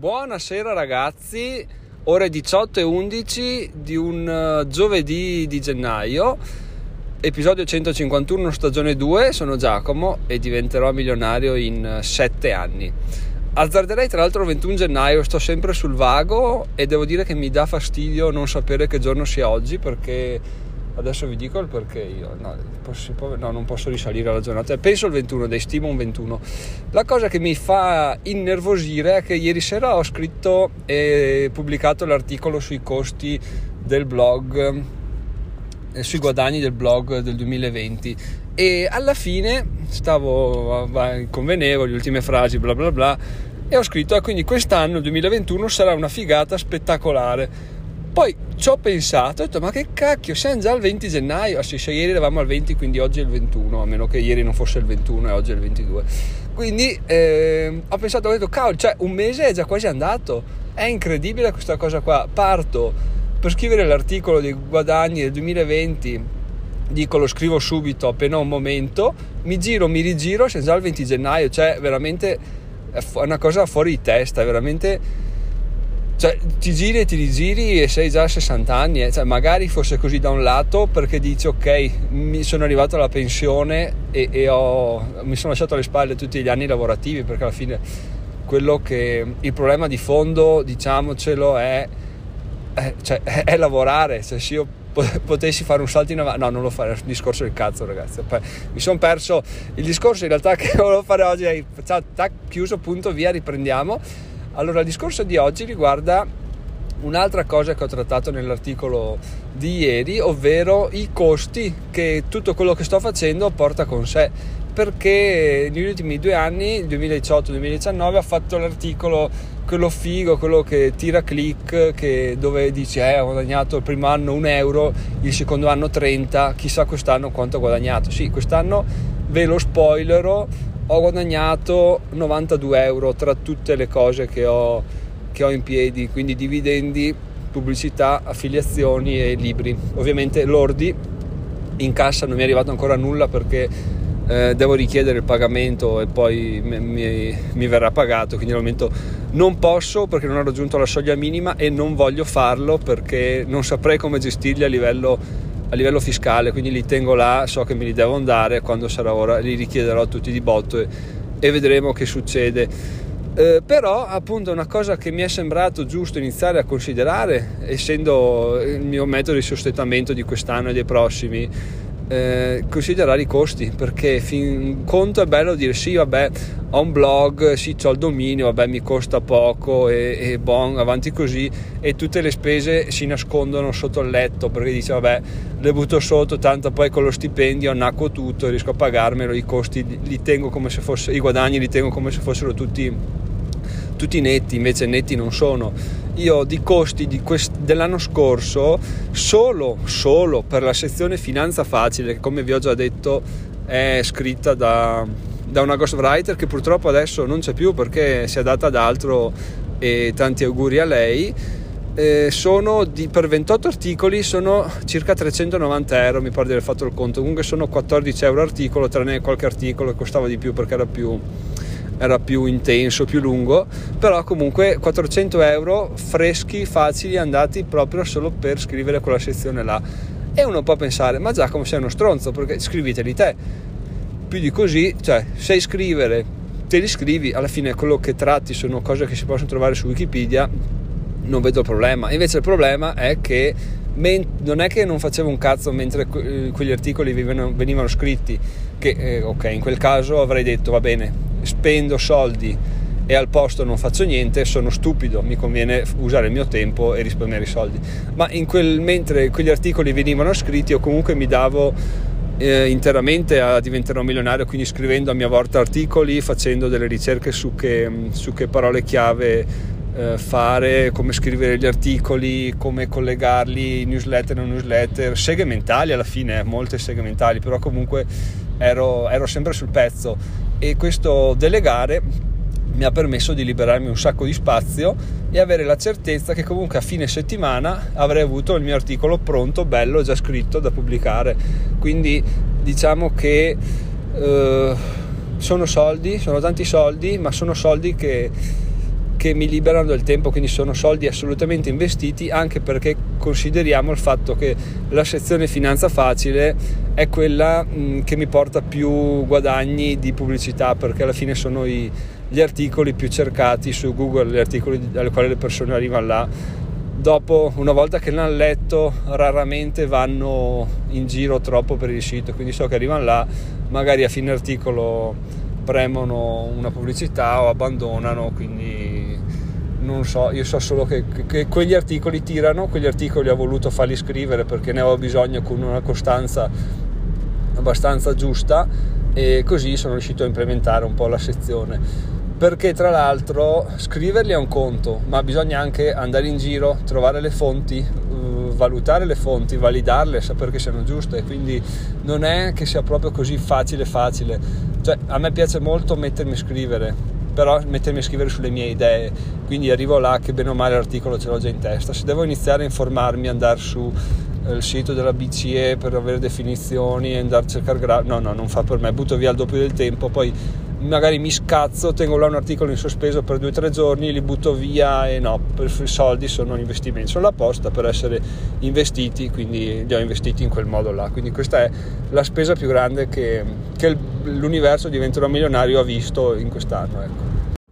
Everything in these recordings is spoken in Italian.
Buonasera ragazzi, ore 18:11 di un giovedì di gennaio, episodio 151, stagione 2. Sono Giacomo e diventerò milionario in 7 anni. Azzarderei tra l'altro il 21 gennaio, sto sempre sul vago e devo dire che mi dà fastidio non sapere che giorno sia oggi, perché adesso vi dico il perché. Io non posso risalire alla giornata, penso il 21, stimo un 21. La cosa che mi fa innervosire è che ieri sera ho scritto e pubblicato l'articolo sui costi del blog, sui guadagni del blog del 2020, e alla fine convenevo le ultime frasi bla bla bla e ho scritto quindi quest'anno, il 2021, sarà una figata spettacolare. Poi ci ho pensato, ho detto ma che cacchio, siamo già al 20 gennaio, se ieri eravamo al 20, quindi oggi è il 21, a meno che ieri non fosse il 21 e oggi è il 22. Quindi ho pensato, ho detto cavolo, cioè un mese è già quasi andato, è incredibile questa cosa qua. Parto per scrivere l'articolo dei guadagni del 2020, dico lo scrivo subito appena ho un momento, mi giro, mi rigiro, siamo già al 20 gennaio, cioè veramente è una cosa fuori di testa, è veramente... Cioè, ti giri e ti rigiri e sei già a 60 anni, Cioè, magari fosse così da un lato, perché dici ok, mi sono arrivato alla pensione e mi sono lasciato alle spalle tutti gli anni lavorativi, perché alla fine il problema di fondo, diciamocelo, è lavorare. Cioè, se io potessi fare un salto in avanti, no, non lo farei, è un discorso del cazzo ragazzi. Poi mi sono perso il discorso in realtà che volevo fare oggi. Ciao, chiuso, punto, via, riprendiamo. Allora, il discorso di oggi riguarda un'altra cosa che ho trattato nell'articolo di ieri, ovvero i costi che tutto quello che sto facendo porta con sé, perché negli ultimi 2 anni, il 2018-2019, ho fatto l'articolo, quello figo, quello che tira click, dove dici ho guadagnato il primo anno 1 euro, il secondo anno 30, chissà quest'anno quanto ho guadagnato. Sì, quest'anno ve lo spoilero, ho guadagnato 92 euro tra tutte le cose che ho in piedi, quindi dividendi, pubblicità, affiliazioni e libri. Ovviamente lordi, in cassa non mi è arrivato ancora nulla perché devo richiedere il pagamento e poi mi verrà pagato, quindi al momento non posso perché non ho raggiunto la soglia minima e non voglio farlo perché non saprei come gestirli a livello fiscale, quindi li tengo là, so che me li devo andare, quando sarà ora li richiederò tutti di botto e vedremo che succede. Però appunto è una cosa che mi è sembrato giusto iniziare a considerare, essendo il mio metodo di sostentamento di quest'anno e dei prossimi, considerare i costi, perché fin conto è bello dire sì vabbè ho un blog, sì c'ho il dominio, vabbè mi costa poco e bon, avanti così, e tutte le spese si nascondono sotto il letto perché dice vabbè le butto sotto, tanto poi con lo stipendio annacquo tutto, riesco a pagarmelo, i costi li tengo come se fosse, i guadagni li tengo come se fossero tutti netti, invece netti non sono. Io di costi dell'anno scorso, solo per la sezione finanza facile, che come vi ho già detto è scritta da una ghostwriter che purtroppo adesso non c'è più perché si è data ad altro, e tanti auguri a lei, per 28 articoli sono circa 390 euro, mi pare di aver fatto il conto. Comunque sono 14 euro articolo, tranne qualche articolo che costava di più perché era più intenso, più lungo, però comunque 400 euro freschi, facili, andati proprio solo per scrivere quella sezione là. E uno può pensare, ma Giacomo sei uno stronzo, perché scriviteli te, più di così, cioè sai scrivere, te li scrivi, alla fine quello che tratti sono cose che si possono trovare su Wikipedia, non vedo il problema. Invece il problema è che non è che non facevo un cazzo mentre quegli articoli venivano scritti, che ok, in quel caso avrei detto va bene, spendo soldi e al posto non faccio niente, sono stupido, mi conviene usare il mio tempo e risparmiare i soldi. Ma mentre quegli articoli venivano scritti, io comunque mi davo interamente a diventare un milionario, quindi scrivendo a mia volta articoli, facendo delle ricerche su che parole chiave fare, come scrivere gli articoli, come collegarli, newsletter, non newsletter, seghe mentali, alla fine molte seghe mentali, però comunque ero sempre sul pezzo, e questo delegare mi ha permesso di liberarmi un sacco di spazio e avere la certezza che comunque a fine settimana avrei avuto il mio articolo pronto, bello, già scritto da pubblicare. Quindi diciamo che sono tanti soldi, ma sono soldi che che mi liberano del tempo, quindi sono soldi assolutamente investiti, anche perché consideriamo il fatto che la sezione finanza facile è quella che mi porta più guadagni di pubblicità, perché alla fine sono gli articoli più cercati su Google, gli articoli alle quali le persone arrivano là. Dopo, una volta che l'hanno letto, raramente vanno in giro troppo per il sito, quindi so che arrivano là, magari a fine articolo premono una pubblicità o abbandonano, quindi non so, io so solo che quegli articoli tirano, quegli articoli ho voluto farli scrivere perché ne avevo bisogno con una costanza abbastanza giusta, e così sono riuscito a implementare un po' la sezione. Perché tra l'altro scriverli è un conto, ma bisogna anche andare in giro, trovare le fonti, valutare le fonti, validarle, sapere che siano giuste, quindi non è che sia proprio così facile. Cioè, a me piace molto mettermi a scrivere, però mettermi a scrivere sulle mie idee, quindi arrivo là che bene o male l'articolo ce l'ho già in testa. Se devo iniziare a informarmi, andare su il sito della BCE per avere definizioni e andare a cercare no, non fa per me, butto via il doppio del tempo, poi magari mi scazzo, tengo là un articolo in sospeso per 2 o 3 giorni, li butto via, e no, per i soldi sono investimenti, sono là apposta per essere investiti, quindi li ho investiti in quel modo là. Quindi questa è la spesa più grande che l'universo Diventerò Milionario ha visto in quest'anno, ecco.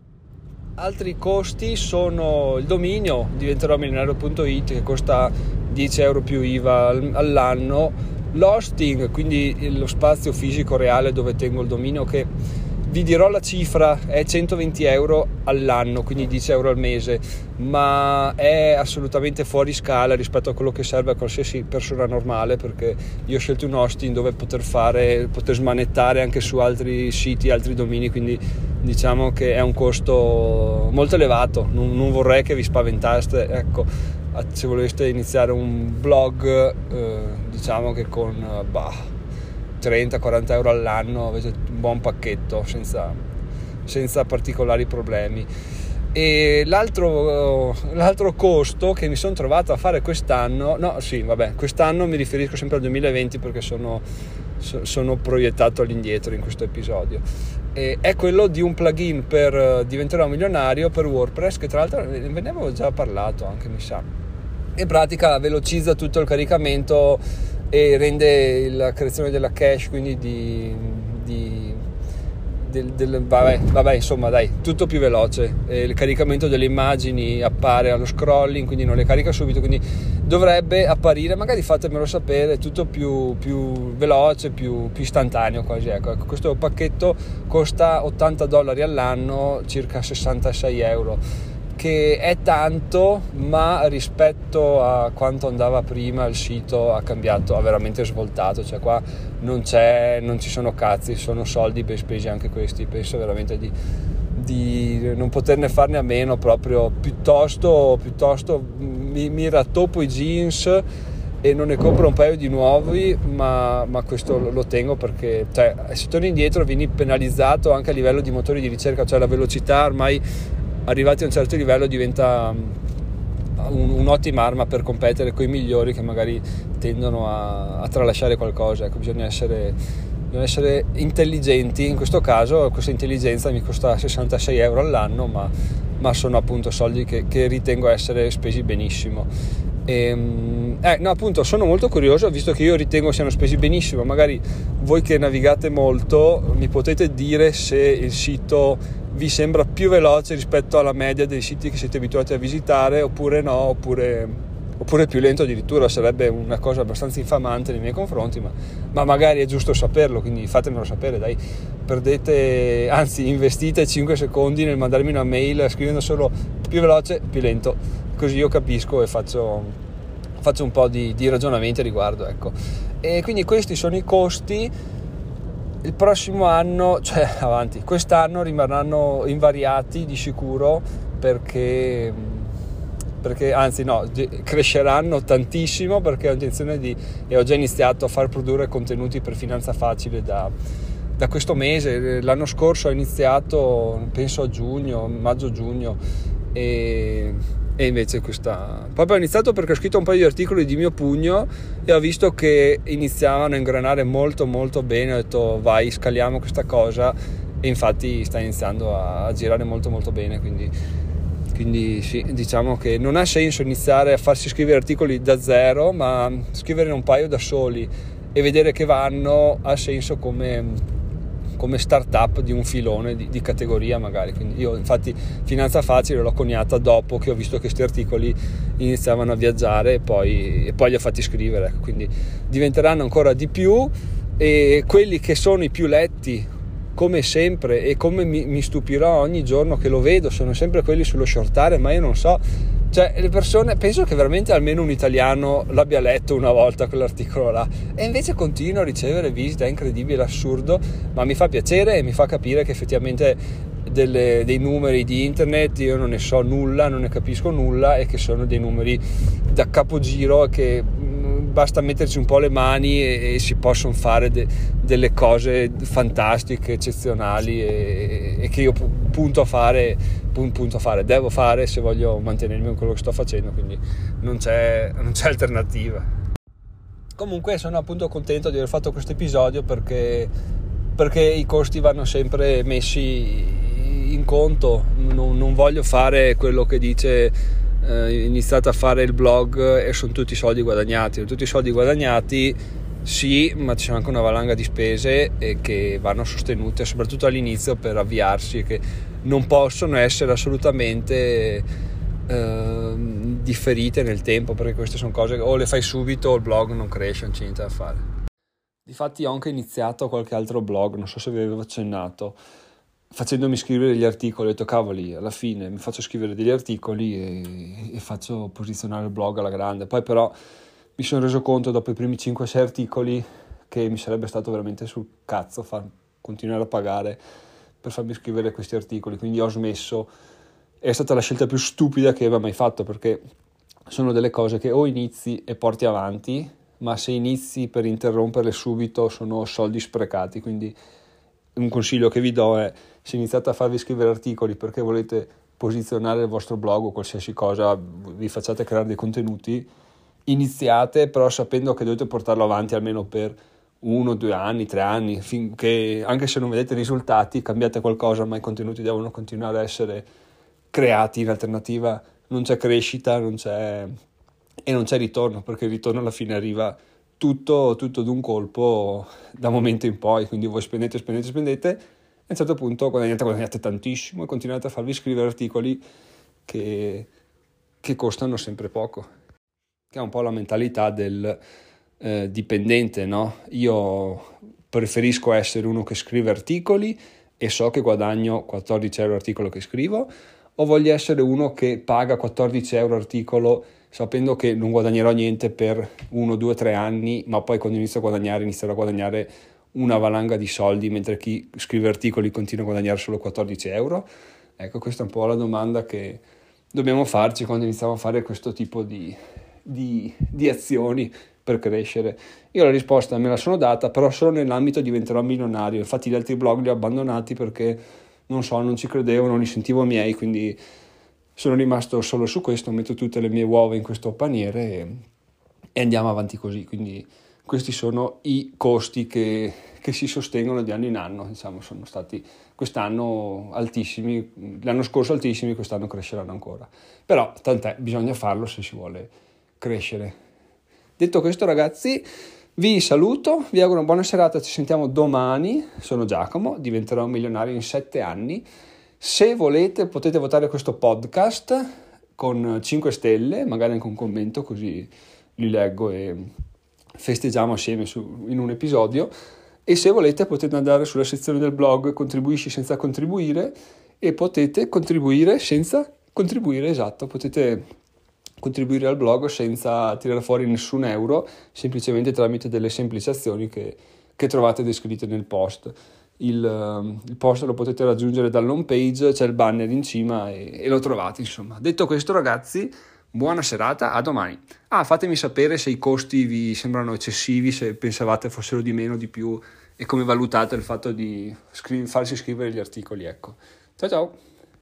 Altri costi sono il dominio diventeromilionario.it, che costa 10 euro più IVA all'anno, l'hosting, quindi lo spazio fisico reale dove tengo il dominio, che vi dirò la cifra, è 120 euro all'anno, quindi 10 euro al mese, ma è assolutamente fuori scala rispetto a quello che serve a qualsiasi persona normale, perché io ho scelto un hosting dove poter smanettare anche su altri siti, altri domini, quindi diciamo che è un costo molto elevato. Non vorrei che vi spaventaste, ecco, se voleste iniziare un blog, diciamo che con 30-40 euro all'anno avete un buon pacchetto senza particolari problemi. E l'altro costo che mi sono trovato a fare quest'anno, quest'anno mi riferisco sempre al 2020 perché sono proiettato all'indietro in questo episodio, e è quello di un plugin per Diventerò Milionario per WordPress, che tra l'altro ve ne avevo già parlato anche, mi sa. In pratica velocizza tutto il caricamento e rende la creazione della cache, quindi insomma dai, tutto più veloce. Il caricamento delle immagini appare allo scrolling, quindi non le carica subito, quindi dovrebbe apparire, magari fatemelo sapere, tutto più veloce, più istantaneo quasi, ecco. Questo pacchetto costa $80 all'anno, circa 66 euro, che è tanto, ma rispetto a quanto andava prima il sito ha cambiato, ha veramente svoltato, cioè qua non ci sono cazzi, sono soldi ben spesi anche questi. Penso veramente di non poterne farne a meno, proprio piuttosto mi rattoppo i jeans e non ne compro un paio di nuovi, ma questo lo tengo perché, cioè, se torni indietro vieni penalizzato anche a livello di motori di ricerca, cioè la velocità ormai arrivati a un certo livello diventa un'ottima arma per competere con i migliori, che magari tendono a tralasciare qualcosa. Ecco, bisogna essere intelligenti. In questo caso questa intelligenza mi costa 66 euro all'anno, ma sono appunto soldi che ritengo essere spesi benissimo. Appunto sono molto curioso, visto che io ritengo siano spesi benissimo. Magari voi che navigate molto mi potete dire se il sito vi sembra più veloce rispetto alla media dei siti che siete abituati a visitare, oppure no, oppure più lento addirittura. Sarebbe una cosa abbastanza infamante nei miei confronti, ma magari è giusto saperlo, quindi fatemelo sapere, dai. Investite 5 secondi nel mandarmi una mail scrivendo solo più veloce, più lento, così io capisco e faccio un po' di ragionamenti a riguardo, ecco. E quindi questi sono i costi. Il prossimo anno, quest'anno rimarranno invariati di sicuro, perché cresceranno tantissimo, perché ho intenzione e ho già iniziato a far produrre contenuti per Finanza Facile da questo mese. L'anno scorso ho iniziato, penso a maggio-giugno, e invece proprio ho iniziato perché ho scritto un paio di articoli di mio pugno e ho visto che iniziavano a ingranare molto molto bene. Ho detto vai, scaliamo questa cosa, e infatti sta iniziando a girare molto molto bene, quindi Quindi sì, diciamo che non ha senso iniziare a farsi scrivere articoli da zero, ma scrivere un paio da soli e vedere che vanno ha senso come start-up di un filone di categoria magari. Quindi io infatti Finanza Facile l'ho coniata dopo che ho visto che questi articoli iniziavano a viaggiare e poi li ho fatti scrivere, quindi diventeranno ancora di più, e quelli che sono i più letti come sempre, e come mi stupirò ogni giorno che lo vedo, sono sempre quelli sullo shortare, ma io non so, cioè le persone, penso che veramente almeno un italiano l'abbia letto una volta quell'articolo là, e invece continuo a ricevere visite, è incredibile, assurdo, ma mi fa piacere e mi fa capire che effettivamente dei numeri di internet io non ne so nulla, non ne capisco nulla, e che sono dei numeri da capogiro, che basta metterci un po' le mani e si possono fare delle cose fantastiche, eccezionali, e che io punto a fare, devo fare se voglio mantenermi con quello che sto facendo, quindi non c'è alternativa. Comunque sono appunto contento di aver fatto questo episodio perché i costi vanno sempre messi in conto. Non voglio fare quello che dice iniziate a fare il blog e sono tutti soldi guadagnati. Sì, ma c'è anche una valanga di spese che vanno sostenute soprattutto all'inizio per avviarsi, che non possono essere assolutamente differite nel tempo, perché queste sono cose che o le fai subito o il blog non cresce, non c'è niente da fare. Difatti ho anche iniziato qualche altro blog, non so se vi avevo accennato, facendomi scrivere degli articoli. Ho detto cavoli, alla fine mi faccio scrivere degli articoli e faccio posizionare il blog alla grande. Poi però mi sono reso conto dopo i primi 5-6 articoli che mi sarebbe stato veramente sul cazzo continuare a pagare per farmi scrivere questi articoli, quindi ho smesso. È stata la scelta più stupida che abbia mai fatto, perché sono delle cose che o inizi e porti avanti, ma se inizi per interromperle subito sono soldi sprecati. Quindi un consiglio che vi do è: se iniziate a farvi scrivere articoli perché volete posizionare il vostro blog o qualsiasi cosa, vi facciate creare dei contenuti, iniziate però sapendo che dovete portarlo avanti almeno per 1, 2 anni, 3 anni, finché, anche se non vedete risultati, cambiate qualcosa, ma i contenuti devono continuare a essere creati. In alternativa non c'è crescita, non c'è ritorno, perché il ritorno alla fine arriva tutto d'un colpo da momento in poi. Quindi voi spendete e a un certo punto guadagnate tantissimo e continuate a farvi scrivere articoli che costano sempre poco, che è un po' la mentalità del dipendente, no? Io preferisco essere uno che scrive articoli e so che guadagno 14 euro l'articolo che scrivo, o voglio essere uno che paga 14 euro articolo sapendo che non guadagnerò niente per 1, 2, 3 anni, ma poi quando inizierò a guadagnare una valanga di soldi, mentre chi scrive articoli continua a guadagnare solo 14 euro? Ecco, questa è un po' la domanda che dobbiamo farci quando iniziamo a fare questo tipo di azioni per crescere. Io la risposta me la sono data, però solo nell'ambito diventerò milionario. Infatti gli altri blog li ho abbandonati perché non ci credevo, non li sentivo miei, quindi sono rimasto solo su questo, metto tutte le mie uova in questo paniere e andiamo avanti così. Quindi questi sono i costi che si sostengono di anno in anno, diciamo, sono stati quest'anno altissimi, l'anno scorso altissimi, quest'anno cresceranno ancora. Però tant'è, bisogna farlo se si vuole crescere. Detto questo, ragazzi, vi saluto, vi auguro una buona serata, ci sentiamo domani. Sono Giacomo, diventerò milionario in 7 anni. Se volete potete votare questo podcast con 5 stelle, magari anche un commento, così li leggo e festeggiamo assieme in un episodio. E se volete potete andare sulla sezione del blog Contribuisci senza contribuire e potete contribuire senza contribuire, esatto, potete contribuire al blog senza tirare fuori nessun euro, semplicemente tramite delle semplici azioni che trovate descritte nel post. Il post lo potete raggiungere dall'home page, c'è il banner in cima e lo trovate, insomma. Detto questo, ragazzi, buona serata, a domani. Fatemi sapere se i costi vi sembrano eccessivi, se pensavate fossero di meno, di più, e come valutate il fatto di farsi scrivere gli articoli, ecco. Ciao ciao!